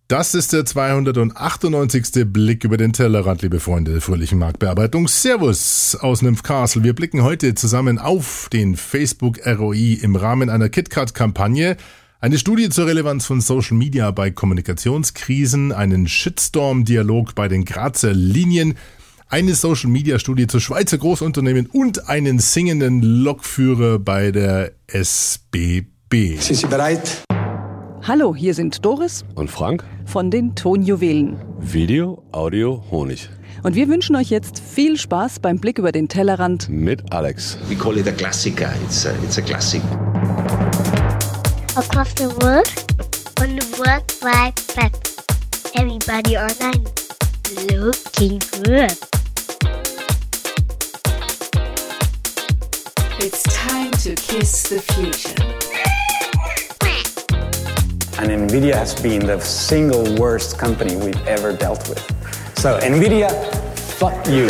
Das ist der 298. Blick über den Tellerrand, liebe Freunde der fröhlichen Marktbearbeitung. Servus aus Nymphcastle. Wir blicken heute zusammen auf den Facebook ROI im Rahmen einer KitKat-Kampagne. Eine Studie zur Relevanz von Social Media bei Kommunikationskrisen, einen Shitstorm-Dialog bei den Grazer Linien, eine Social Media Studie zu Schweizer Großunternehmen und einen singenden Lokführer bei der SBB. Sind Sie bereit? Hallo, hier sind Doris und Frank von den Tonjuwelen. Video, Audio, Honig. Und wir wünschen euch jetzt viel Spaß beim Blick über den Tellerrand mit Alex. We call it a Klassiker. It's a classic. Across the world, on the World Wide Web. Everybody online looking good. It's time to kiss the future. And NVIDIA has been the single worst company we've ever dealt with. So NVIDIA, fuck you.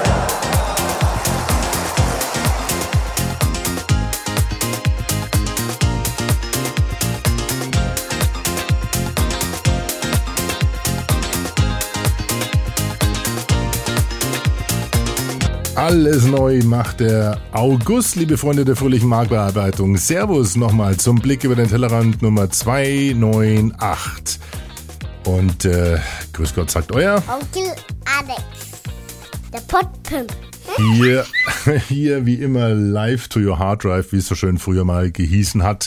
Alles neu macht der August, liebe Freunde der fröhlichen Marktbearbeitung. Servus nochmal zum Blick über den Tellerrand Nummer 298. Und grüß Gott, sagt euer Onkel Alex, der Podpimp. Hier wie immer live to your hard drive, wie es so schön früher mal gehießen hat.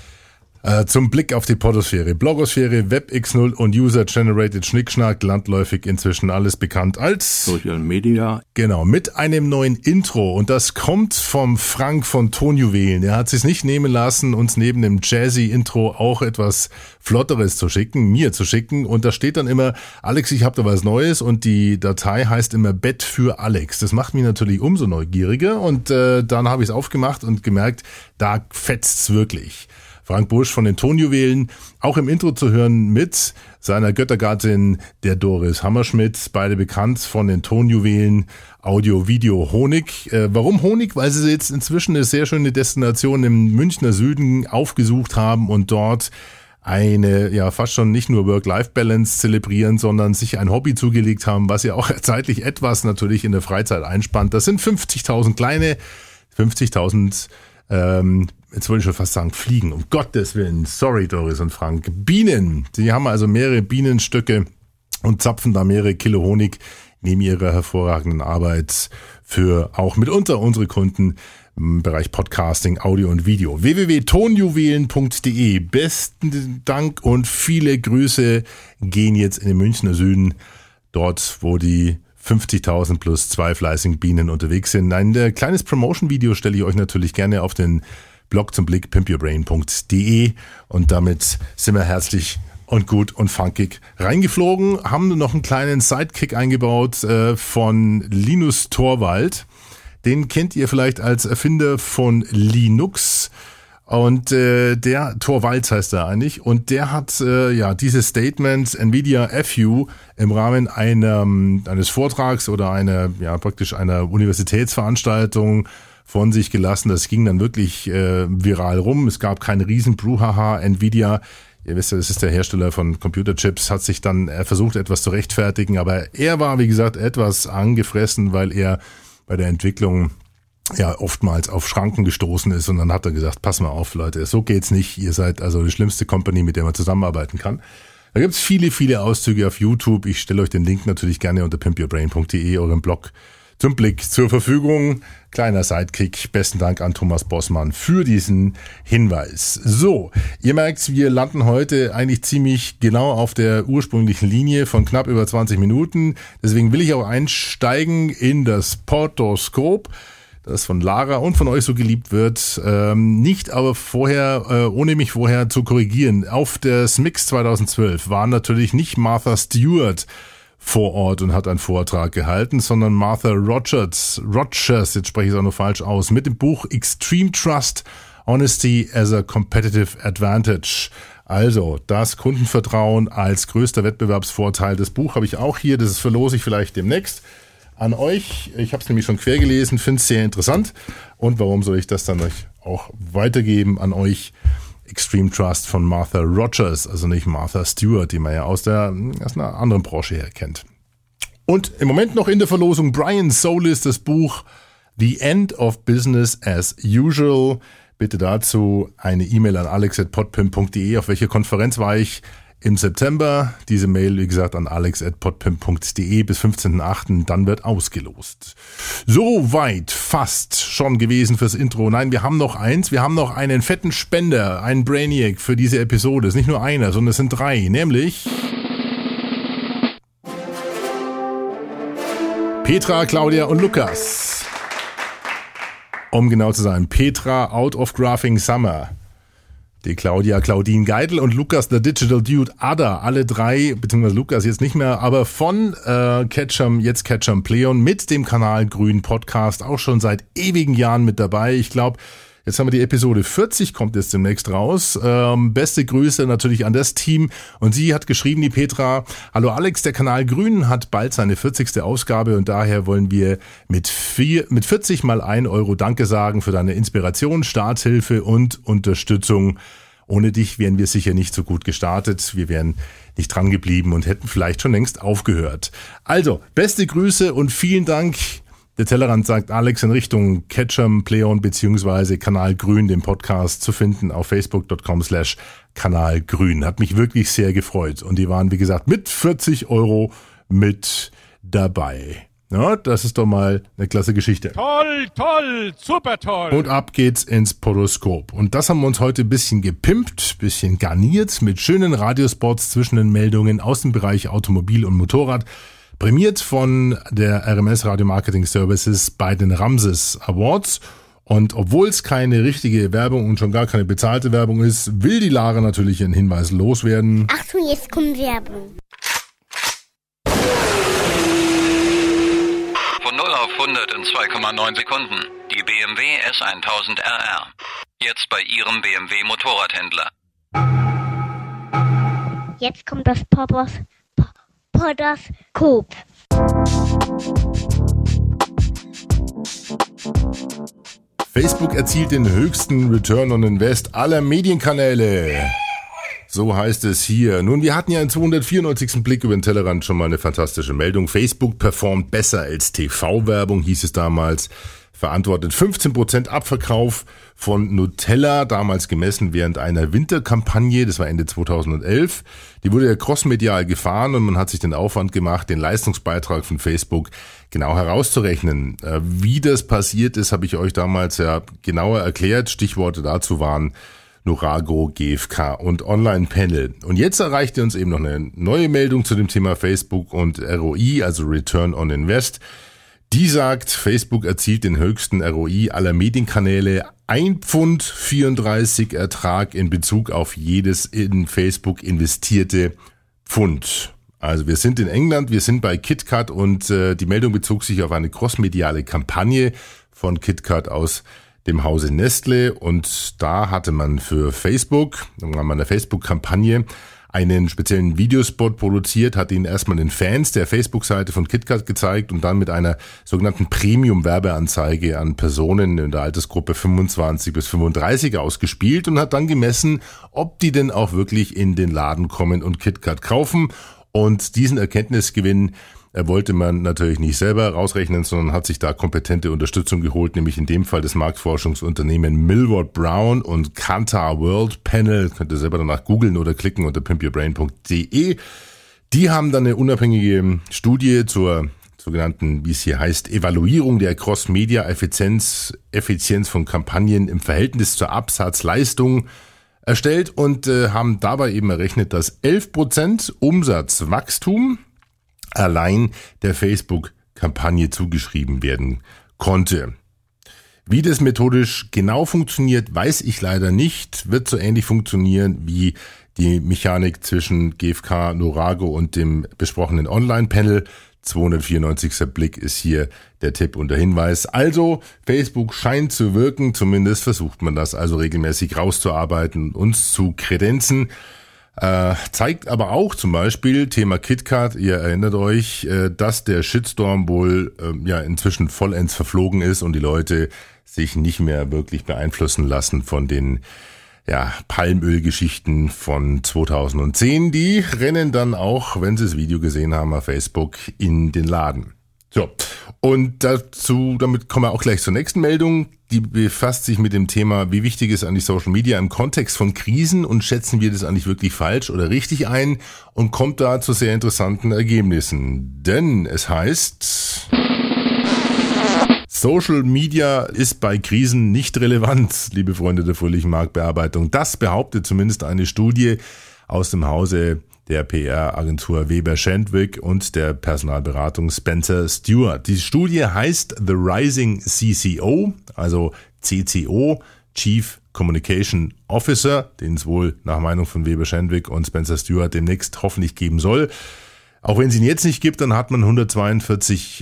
Zum Blick auf die Podosphäre, Blogosphäre, WebX0 und User-Generated Schnickschnack, landläufig inzwischen alles bekannt als Social Media. Genau, mit einem neuen Intro und das kommt vom Frank von Tonjuwelen. Er hat sich nicht nehmen lassen, uns neben dem Jazzy-Intro auch etwas Flotteres zu schicken, mir zu schicken und da steht dann immer, Alex, ich hab da was Neues und die Datei heißt immer Bett für Alex. Das macht mich natürlich umso neugieriger und dann habe ich es aufgemacht und gemerkt, da fetzt's wirklich. Frank Busch von den Tonjuwelen, auch im Intro zu hören mit seiner Göttergattin, der Doris Hammerschmidt, beide bekannt von den Tonjuwelen, Audio, Video, Honig. Warum Honig? Weil sie jetzt inzwischen eine sehr schöne Destination im Münchner Süden aufgesucht haben und dort eine, ja fast schon nicht nur Work-Life-Balance zelebrieren, sondern sich ein Hobby zugelegt haben, was ja auch zeitlich etwas natürlich in der Freizeit einspannt. Das sind 50.000 kleine, 50.000 jetzt wollte ich schon fast sagen Fliegen, um Gottes Willen, sorry Doris und Frank, Bienen, die haben also mehrere Bienenstöcke und zapfen da mehrere Kilo Honig neben ihrer hervorragenden Arbeit für auch mitunter unsere Kunden im Bereich Podcasting, Audio und Video. www.tonjuwelen.de. Besten Dank und viele Grüße gehen jetzt in den Münchner Süden, dort wo die 50.000 plus 2 fleißigen Bienen unterwegs sind. Ein kleines Promotion-Video stelle ich euch natürlich gerne auf den Blog zum Blick, pimpyourbrain.de und damit sind wir herzlich und gut und funkig reingeflogen, haben noch einen kleinen Sidekick eingebaut von Linus Torvald. Den kennt ihr vielleicht als Erfinder von Linux. Und der Torvalds heißt er eigentlich und der hat dieses Statement Nvidia FU im Rahmen eines Vortrags oder einer Universitätsveranstaltung von sich gelassen. Das ging dann wirklich viral rum. Es gab keinen riesen Brouhaha. Nvidia, ihr wisst ja, das ist der Hersteller von Computerchips, hat sich dann versucht etwas zu rechtfertigen, aber er war wie gesagt etwas angefressen, weil er bei der Entwicklung ja oftmals auf Schranken gestoßen ist und dann hat er gesagt, pass mal auf Leute, so geht's nicht, ihr seid also die schlimmste Company, mit der man zusammenarbeiten kann. Da gibt's viele, viele Auszüge auf YouTube, ich stelle euch den Link natürlich gerne unter pimpyourbrain.de, eurem Blog zum Blick zur Verfügung. Kleiner Sidekick, besten Dank an Thomas Bossmann für diesen Hinweis. So, ihr merkt, wir landen heute eigentlich ziemlich genau auf der ursprünglichen Linie von knapp über 20 Minuten, deswegen will ich auch einsteigen in das Podoskop, das von Lara und von euch so geliebt wird, nicht aber vorher, ohne mich vorher zu korrigieren. Auf der SMIX 2012 war natürlich nicht Martha Stewart vor Ort und hat einen Vortrag gehalten, sondern Martha Rogers, jetzt spreche ich es auch noch falsch aus, mit dem Buch Extreme Trust, Honesty as a Competitive Advantage. Also, das Kundenvertrauen als größter Wettbewerbsvorteil. Das Buch habe ich auch hier, das verlose ich vielleicht demnächst an euch. Ich habe es nämlich schon quer gelesen, finde es sehr interessant. Und warum soll ich das dann euch auch weitergeben an euch? Extreme Trust von Martha Rogers, also nicht Martha Stewart, die man ja aus einer anderen Branche her kennt. Und im Moment noch in der Verlosung Brian Solis, das Buch The End of Business as Usual. Bitte dazu eine E-Mail an alex@podpimp.de. Auf welcher Konferenz war ich im September? Diese Mail, wie gesagt, an alex@podpimp.de bis 15.8. Dann wird ausgelost. Soweit fast schon gewesen fürs Intro. Nein, wir haben noch eins. Wir haben noch einen fetten Spender, einen Brainiac für diese Episode. Es ist nicht nur einer, sondern es sind 3. Nämlich Petra, Claudia und Lukas. Um genau zu sein, Petra Out of Graphing Summer, die Claudia Claudine Geidel und Lukas The Digital Dude Ada, alle 3, beziehungsweise Lukas jetzt nicht mehr, aber von Ketchum, jetzt Ketchum Pleon mit dem Kanal Grün Podcast, auch schon seit ewigen Jahren mit dabei. Ich glaube, jetzt haben wir die Episode 40, kommt jetzt demnächst raus. Beste Grüße natürlich an das Team. Und sie hat geschrieben, die Petra: Hallo Alex, der Kanal Grün hat bald seine 40. Ausgabe und daher wollen wir mit 40 mal 1 Euro Danke sagen für deine Inspiration, Starthilfe und Unterstützung. Ohne dich wären wir sicher nicht so gut gestartet. Wir wären nicht dran geblieben und hätten vielleicht schon längst aufgehört. Also, beste Grüße und vielen Dank. Der Tellerrand sagt Alex in Richtung Ketchum Pleon beziehungsweise Kanal Grün, dem Podcast zu finden auf facebook.com/Kanal Grün. Hat mich wirklich sehr gefreut. Und die waren, wie gesagt, mit 40 Euro mit dabei. Ja, das ist doch mal eine klasse Geschichte. Toll, super toll. Und ab geht's ins Poroskop. Und das haben wir uns heute ein bisschen gepimpt, bisschen garniert mit schönen Radiospots zwischen den Meldungen aus dem Bereich Automobil und Motorrad. Prämiert von der RMS Radio Marketing Services bei den Ramses Awards. Und obwohl es keine richtige Werbung und schon gar keine bezahlte Werbung ist, will die Lara natürlich einen Hinweis loswerden. Achtung, jetzt kommt Werbung. Von 0 auf 100 in 2,9 Sekunden. Die BMW S1000 RR. Jetzt bei Ihrem BMW Motorradhändler. Jetzt kommt das Poroskop. Facebook erzielt den höchsten Return on Invest aller Medienkanäle. So heißt es hier. Nun, wir hatten ja im 294. Blick über den Tellerrand schon mal eine fantastische Meldung. Facebook performt besser als TV-Werbung, hieß es damals. Verantwortet 15% Abverkauf von Nutella, damals gemessen während einer Winterkampagne, das war Ende 2011. Die wurde ja crossmedial gefahren und man hat sich den Aufwand gemacht, den Leistungsbeitrag von Facebook genau herauszurechnen. Wie das passiert ist, habe ich euch damals ja genauer erklärt. Stichworte dazu waren Nurago, GfK und Online-Panel. Und jetzt erreichte uns eben noch eine neue Meldung zu dem Thema Facebook und ROI, also Return on Invest. Die sagt, Facebook erzielt den höchsten ROI aller Medienkanäle, 1,34 Pfund Ertrag in Bezug auf jedes in Facebook investierte Pfund. Also wir sind in England, wir sind bei KitKat und die Meldung bezog sich auf eine crossmediale Kampagne von KitKat aus dem Hause Nestle und da hatte man für Facebook, im Rahmen einer Facebook-Kampagne, einen speziellen Videospot produziert, hat ihn erstmal den Fans der Facebook-Seite von KitKat gezeigt und dann mit einer sogenannten Premium-Werbeanzeige an Personen in der Altersgruppe 25 bis 35 ausgespielt und hat dann gemessen, ob die denn auch wirklich in den Laden kommen und KitKat kaufen. Und diesen Erkenntnisgewinn wollte man natürlich nicht selber rausrechnen, sondern hat sich da kompetente Unterstützung geholt, nämlich in dem Fall das Marktforschungsunternehmen Millward Brown und Kantar World Panel. Könnt ihr selber danach googeln oder klicken unter pimpyourbrain.de. Die haben dann eine unabhängige Studie zur sogenannten, wie es hier heißt, Evaluierung der Cross-Media-Effizienz von Kampagnen im Verhältnis zur Absatzleistung erstellt und haben dabei eben errechnet, dass 11% Umsatzwachstum allein der Facebook-Kampagne zugeschrieben werden konnte. Wie das methodisch genau funktioniert, weiß ich leider nicht. Wird so ähnlich funktionieren wie die Mechanik zwischen GfK, Nurago und dem besprochenen Online-Panel. 294. Blick ist hier der Tipp und der Hinweis. Also, Facebook scheint zu wirken, zumindest versucht man das also regelmäßig rauszuarbeiten und uns zu kredenzen. Zeigt aber auch zum Beispiel, Thema KitKat, ihr erinnert euch, dass der Shitstorm wohl inzwischen vollends verflogen ist und die Leute sich nicht mehr wirklich beeinflussen lassen von den Palmölgeschichten von 2010, die rennen dann auch, wenn Sie das Video gesehen haben auf Facebook, in den Laden. So, und damit kommen wir auch gleich zur nächsten Meldung. Die befasst sich mit dem Thema, wie wichtig ist eigentlich Social Media im Kontext von Krisen und schätzen wir das eigentlich wirklich falsch oder richtig ein, und kommt da zu sehr interessanten Ergebnissen. Denn es heißt, Social Media ist bei Krisen nicht relevant, liebe Freunde der fröhlichen Marktbearbeitung. Das behauptet zumindest eine Studie aus dem Hause der PR-Agentur Weber Shandwick und der Personalberatung Spencer Stuart. Die Studie heißt The Rising CCO, also CCO, Chief Communication Officer, den es wohl nach Meinung von Weber Shandwick und Spencer Stuart demnächst hoffentlich geben soll. Auch wenn es ihn jetzt nicht gibt, dann hat man 142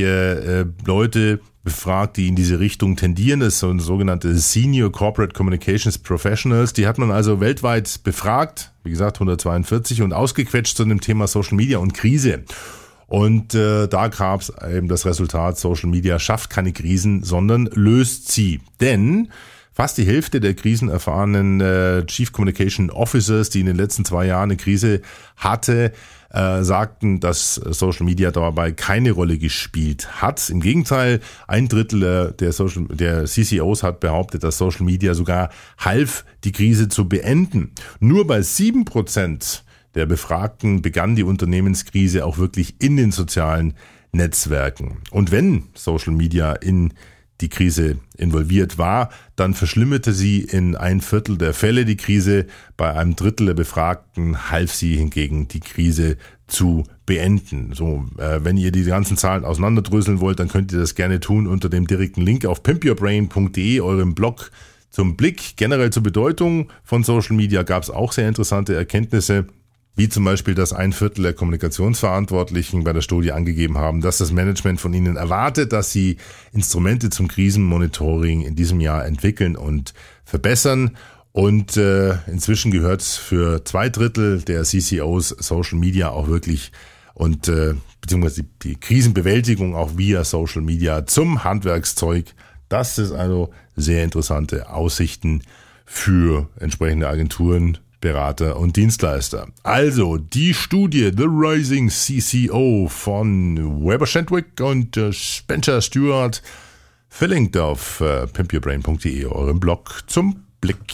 Leute befragt, die in diese Richtung tendieren. Das sind sogenannte Senior Corporate Communications Professionals. Die hat man also weltweit befragt, wie gesagt 142, und ausgequetscht zu dem Thema Social Media und Krise. Und da gab es eben das Resultat, Social Media schafft keine Krisen, sondern löst sie. Denn fast die Hälfte der krisenerfahrenen Chief Communication Officers, die in den letzten 2 Jahren eine Krise hatte, sagten, dass Social Media dabei keine Rolle gespielt hat. Im Gegenteil, 1/3 der CCOs hat behauptet, dass Social Media sogar half, die Krise zu beenden. Nur bei 7% der Befragten begann die Unternehmenskrise auch wirklich in den sozialen Netzwerken. Und wenn Social Media in die Krise involviert war, dann verschlimmerte sie in 1/4 der Fälle die Krise. Bei 1/3 der Befragten half sie hingegen, die Krise zu beenden. So, wenn ihr die ganzen Zahlen auseinanderdröseln wollt, dann könnt ihr das gerne tun unter dem direkten Link auf pimpyourbrain.de, eurem Blog zum Blick. Generell zur Bedeutung von Social Media gab es auch sehr interessante Erkenntnisse, wie zum Beispiel, dass 1/4 der Kommunikationsverantwortlichen bei der Studie angegeben haben, dass das Management von ihnen erwartet, dass sie Instrumente zum Krisenmonitoring in diesem Jahr entwickeln und verbessern. Und inzwischen gehört für 2/3 der CCOs Social Media auch wirklich und beziehungsweise die Krisenbewältigung auch via Social Media zum Handwerkszeug. Das ist also sehr interessante Aussichten für entsprechende Agenturen, Berater und Dienstleister. Also die Studie The Rising CCO von Weber Shandwick und Spencer Stuart, verlinkt auf pimpyourbrain.de, eurem Blog zum Blick.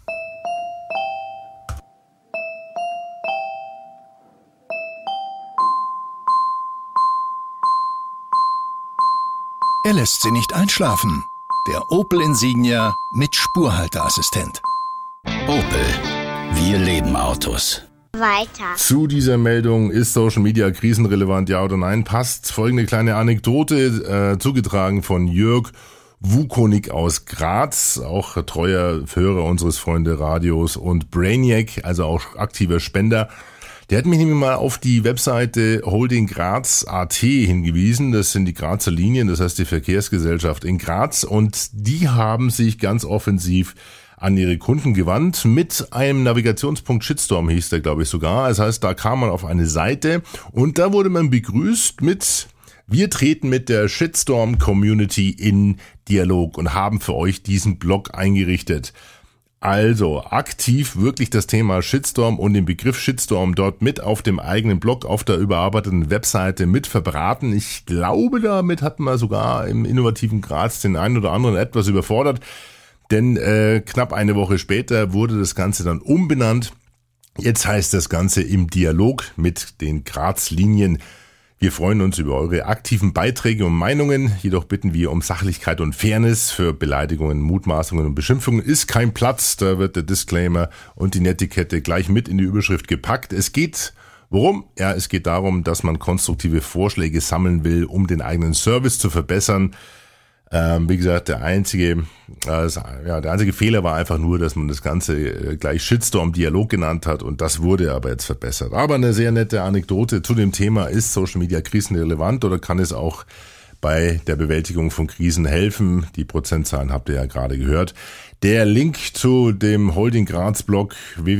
Er lässt sie nicht einschlafen. Der Opel Insignia mit Spurhalteassistent. Opel. Wir leben Autos. Weiter. Zu dieser Meldung, ist Social Media krisenrelevant, ja oder nein, passt folgende kleine Anekdote, zugetragen von Jörg Wukonik aus Graz, auch treuer Hörer unseres Freunde Radios und Brainiac, also auch aktiver Spender. Der hat mich nämlich mal auf die Webseite Holding Graz AT hingewiesen. Das sind die Grazer Linien, das heißt die Verkehrsgesellschaft in Graz, und die haben sich ganz offensiv an ihre Kunden gewandt mit einem Navigationspunkt Shitstorm, hieß der, glaube ich, sogar. Das heißt, da kam man auf eine Seite und da wurde man begrüßt mit: Wir treten mit der Shitstorm-Community in Dialog und haben für euch diesen Blog eingerichtet. Also aktiv wirklich das Thema Shitstorm und den Begriff Shitstorm dort mit auf dem eigenen Blog, auf der überarbeiteten Webseite mit verbraten. Ich glaube, damit hat man sogar im innovativen Graz den einen oder anderen etwas überfordert. Denn knapp eine Woche später wurde das Ganze dann umbenannt. Jetzt heißt das Ganze im Dialog mit den Graz-Linien. Wir freuen uns über eure aktiven Beiträge und Meinungen. Jedoch bitten wir um Sachlichkeit und Fairness. Für Beleidigungen, Mutmaßungen und Beschimpfungen ist kein Platz. Da wird der Disclaimer und die Netiquette gleich mit in die Überschrift gepackt. Es geht worum? Ja, es geht darum, dass man konstruktive Vorschläge sammeln will, um den eigenen Service zu verbessern. Wie gesagt, der einzige Fehler war einfach nur, dass man das Ganze gleich Shitstorm-Dialog genannt hat, und das wurde aber jetzt verbessert. Aber eine sehr nette Anekdote zu dem Thema: Ist Social Media krisenrelevant oder kann es auch bei der Bewältigung von Krisen helfen. Die Prozentzahlen habt ihr ja gerade gehört. Der Link zu dem Holding Graz Blog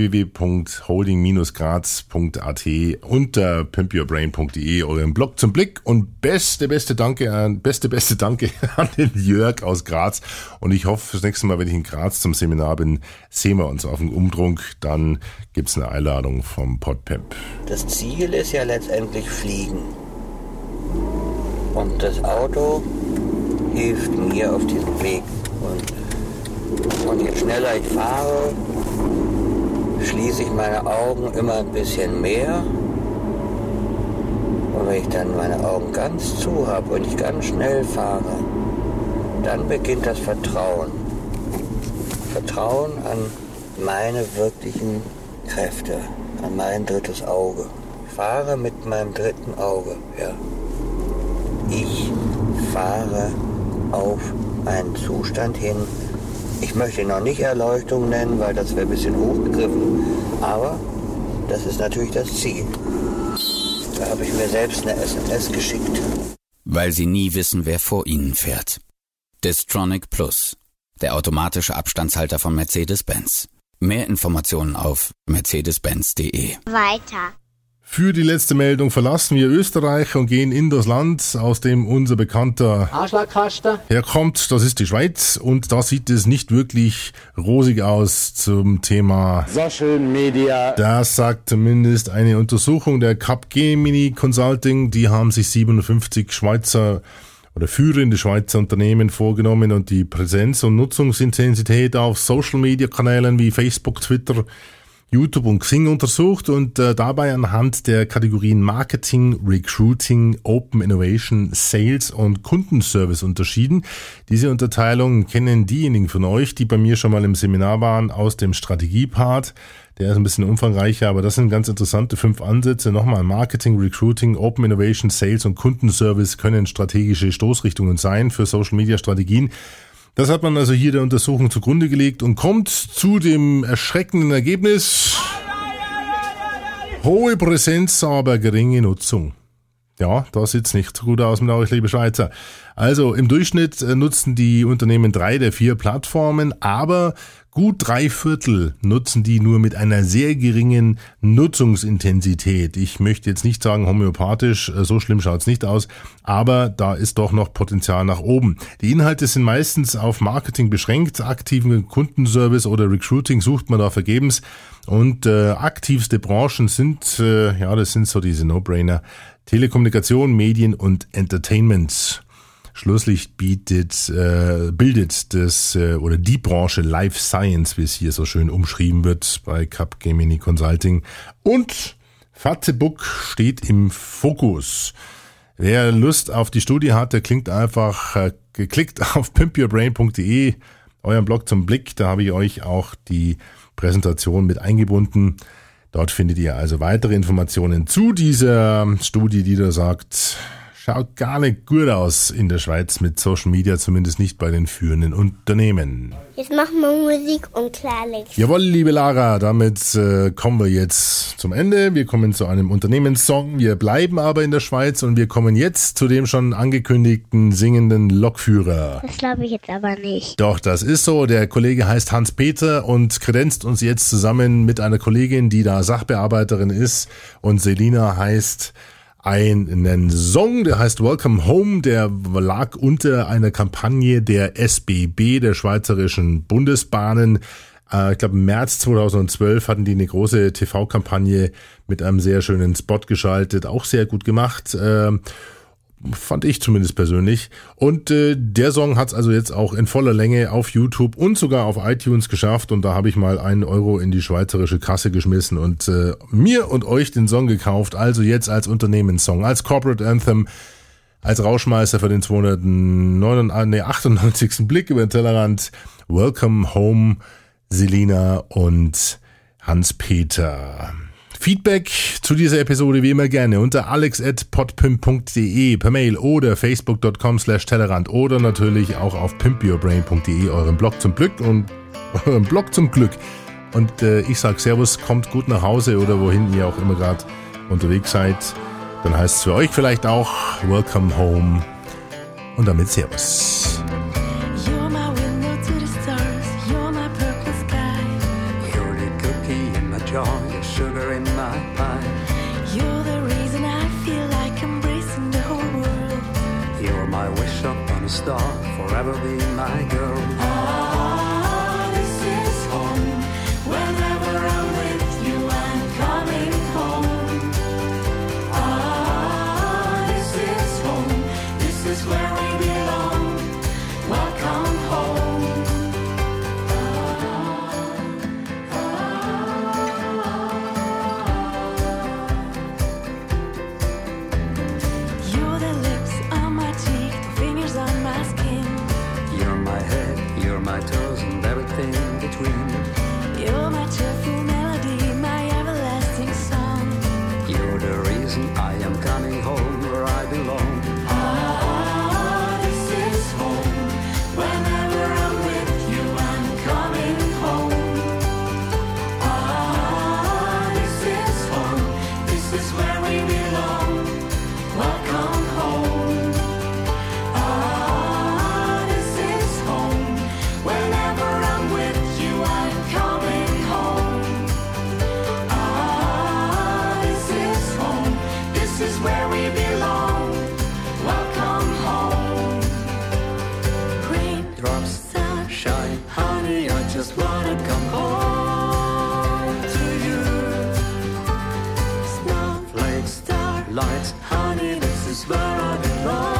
www.holding-graz.at unter pimpyourbrain.de, eurem Blog zum Blick, und beste Danke an den Jörg aus Graz, und ich hoffe, das nächste Mal, wenn ich in Graz zum Seminar bin, sehen wir uns auf dem Umtrunk, dann gibt's eine Einladung vom Podpimp. Das Ziel ist ja letztendlich Fliegen, und das Auto hilft mir auf diesem Weg, und je schneller ich fahre, schließe ich meine Augen immer ein bisschen mehr. Und wenn ich dann meine Augen ganz zu habe und ich ganz schnell fahre, dann beginnt das Vertrauen. Vertrauen an meine wirklichen Kräfte, an mein drittes Auge. Ich fahre mit meinem dritten Auge, ja. Ich fahre auf einen Zustand hin. Ich möchte ihn noch nicht Erleuchtung nennen, weil das wäre ein bisschen hochgegriffen. Aber das ist natürlich das Ziel. Da habe ich mir selbst eine SMS geschickt. Weil Sie nie wissen, wer vor Ihnen fährt. Distronic Plus, der automatische Abstandshalter von Mercedes-Benz. Mehr Informationen auf mercedes-benz.de. Weiter. Für die letzte Meldung verlassen wir Österreich und gehen in das Land, aus dem unser bekannter Anschlagkasten herkommt. Das ist die Schweiz, und da sieht es nicht wirklich rosig aus zum Thema Social Media. Das sagt zumindest eine Untersuchung der Capgemini Consulting. Die haben sich 57 Schweizer oder führende Schweizer Unternehmen vorgenommen und die Präsenz- und Nutzungsintensität auf Social Media Kanälen wie Facebook, Twitter, YouTube und Xing untersucht und dabei anhand der Kategorien Marketing, Recruiting, Open Innovation, Sales und Kundenservice unterschieden. Diese Unterteilung kennen diejenigen von euch, die bei mir schon mal im Seminar waren, aus dem Strategiepart. Der ist ein bisschen umfangreicher, aber das sind ganz interessante 5 Ansätze. Nochmal, Marketing, Recruiting, Open Innovation, Sales und Kundenservice können strategische Stoßrichtungen sein für Social-Media-Strategien. Das hat man also hier der Untersuchung zugrunde gelegt und kommt zu dem erschreckenden Ergebnis: hohe Präsenz, aber geringe Nutzung. Ja, das sieht's nicht so gut aus mit euch, liebe Schweizer. Also im Durchschnitt nutzen die Unternehmen 3 der 4 Plattformen, aber gut 3/4 nutzen die nur mit einer sehr geringen Nutzungsintensität. Ich möchte jetzt nicht sagen homöopathisch, so schlimm schaut's nicht aus, aber da ist doch noch Potenzial nach oben. Die Inhalte sind meistens auf Marketing beschränkt, aktiven Kundenservice oder Recruiting sucht man da vergebens, und aktivste Branchen sind, das sind so diese No-Brainer: Telekommunikation, Medien und Entertainment. Schlusslich bildet die Branche Life Science, wie es hier so schön umschrieben wird bei Capgemini Consulting. Und Facebook steht im Fokus. Wer Lust auf die Studie hat, der klickt einfach geklickt auf pimpyourbrain.de, euren Blog zum Blick. Da habe ich euch auch die Präsentation mit eingebunden. Dort findet ihr also weitere Informationen zu dieser Studie, die da sagt, schaut gar nicht gut aus in der Schweiz mit Social Media, zumindest nicht bei den führenden Unternehmen. Jetzt machen wir Musik und Klartext. Jawohl, liebe Lara, damit kommen wir jetzt zum Ende. Wir kommen zu einem Unternehmenssong. Wir bleiben aber in der Schweiz und wir kommen jetzt zu dem schon angekündigten singenden Lokführer. Das glaube ich jetzt aber nicht. Doch, das ist so. Der Kollege heißt Hans-Peter und kredenzt uns jetzt zusammen mit einer Kollegin, die da Sachbearbeiterin ist, und Selina heißt einen Song, der heißt Welcome Home, der lag unter einer Kampagne der SBB, der Schweizerischen Bundesbahnen. Ich glaube, im März 2012 hatten die eine große TV-Kampagne mit einem sehr schönen Spot geschaltet, auch sehr gut gemacht, fand ich zumindest persönlich. Und der Song hat es also jetzt auch in voller Länge auf YouTube und sogar auf iTunes geschafft, und da habe ich mal 1 Euro in die schweizerische Kasse geschmissen und mir und euch den Song gekauft. Also jetzt als Unternehmenssong, als Corporate Anthem, als Rauschmeister für den 298. Blick über den Tellerrand. Welcome Home, Selina und Hans-Peter. Feedback zu dieser Episode wie immer gerne unter alex@podpimp.de per Mail oder facebook.com/Tellerrand oder natürlich auch auf pimpyourbrain.de, eurem Blog zum Glück und eurem Blog zum Glück. Und ich sag Servus, kommt gut nach Hause oder wohin ihr auch immer gerade unterwegs seid. Dann heißt es für euch vielleicht auch Welcome Home, Und damit Servus. You're my window to the stars, you're my purple sky. You're the cookie in my jar, the sugar in my pie. You're the reason I feel like embracing the whole world. You're my wish upon a star, forever be my girl. Oh, this is home. Whenever I'm with you, I'm coming home. Oh, this is home. This is where we belong. Welcome home. You're the lips on my cheek, the fingers on my skin. You're my head, you're my toes and everything between. You're my cheerful melody, my everlasting song. You're the reason I am coming home where I belong. Oh, this is home. Whenever I'm with you, I'm coming home. Oh, this is home. This is where we belong. Welcome home. Oh, this is home. Whenever I'm with you, I'm coming home. Oh, this is home. This is where we belong. Welcome home. Drops, sunshine, honey, I just wanna come home to you. Snowflakes, Snowflakes, starlights, honey, this is where I belong.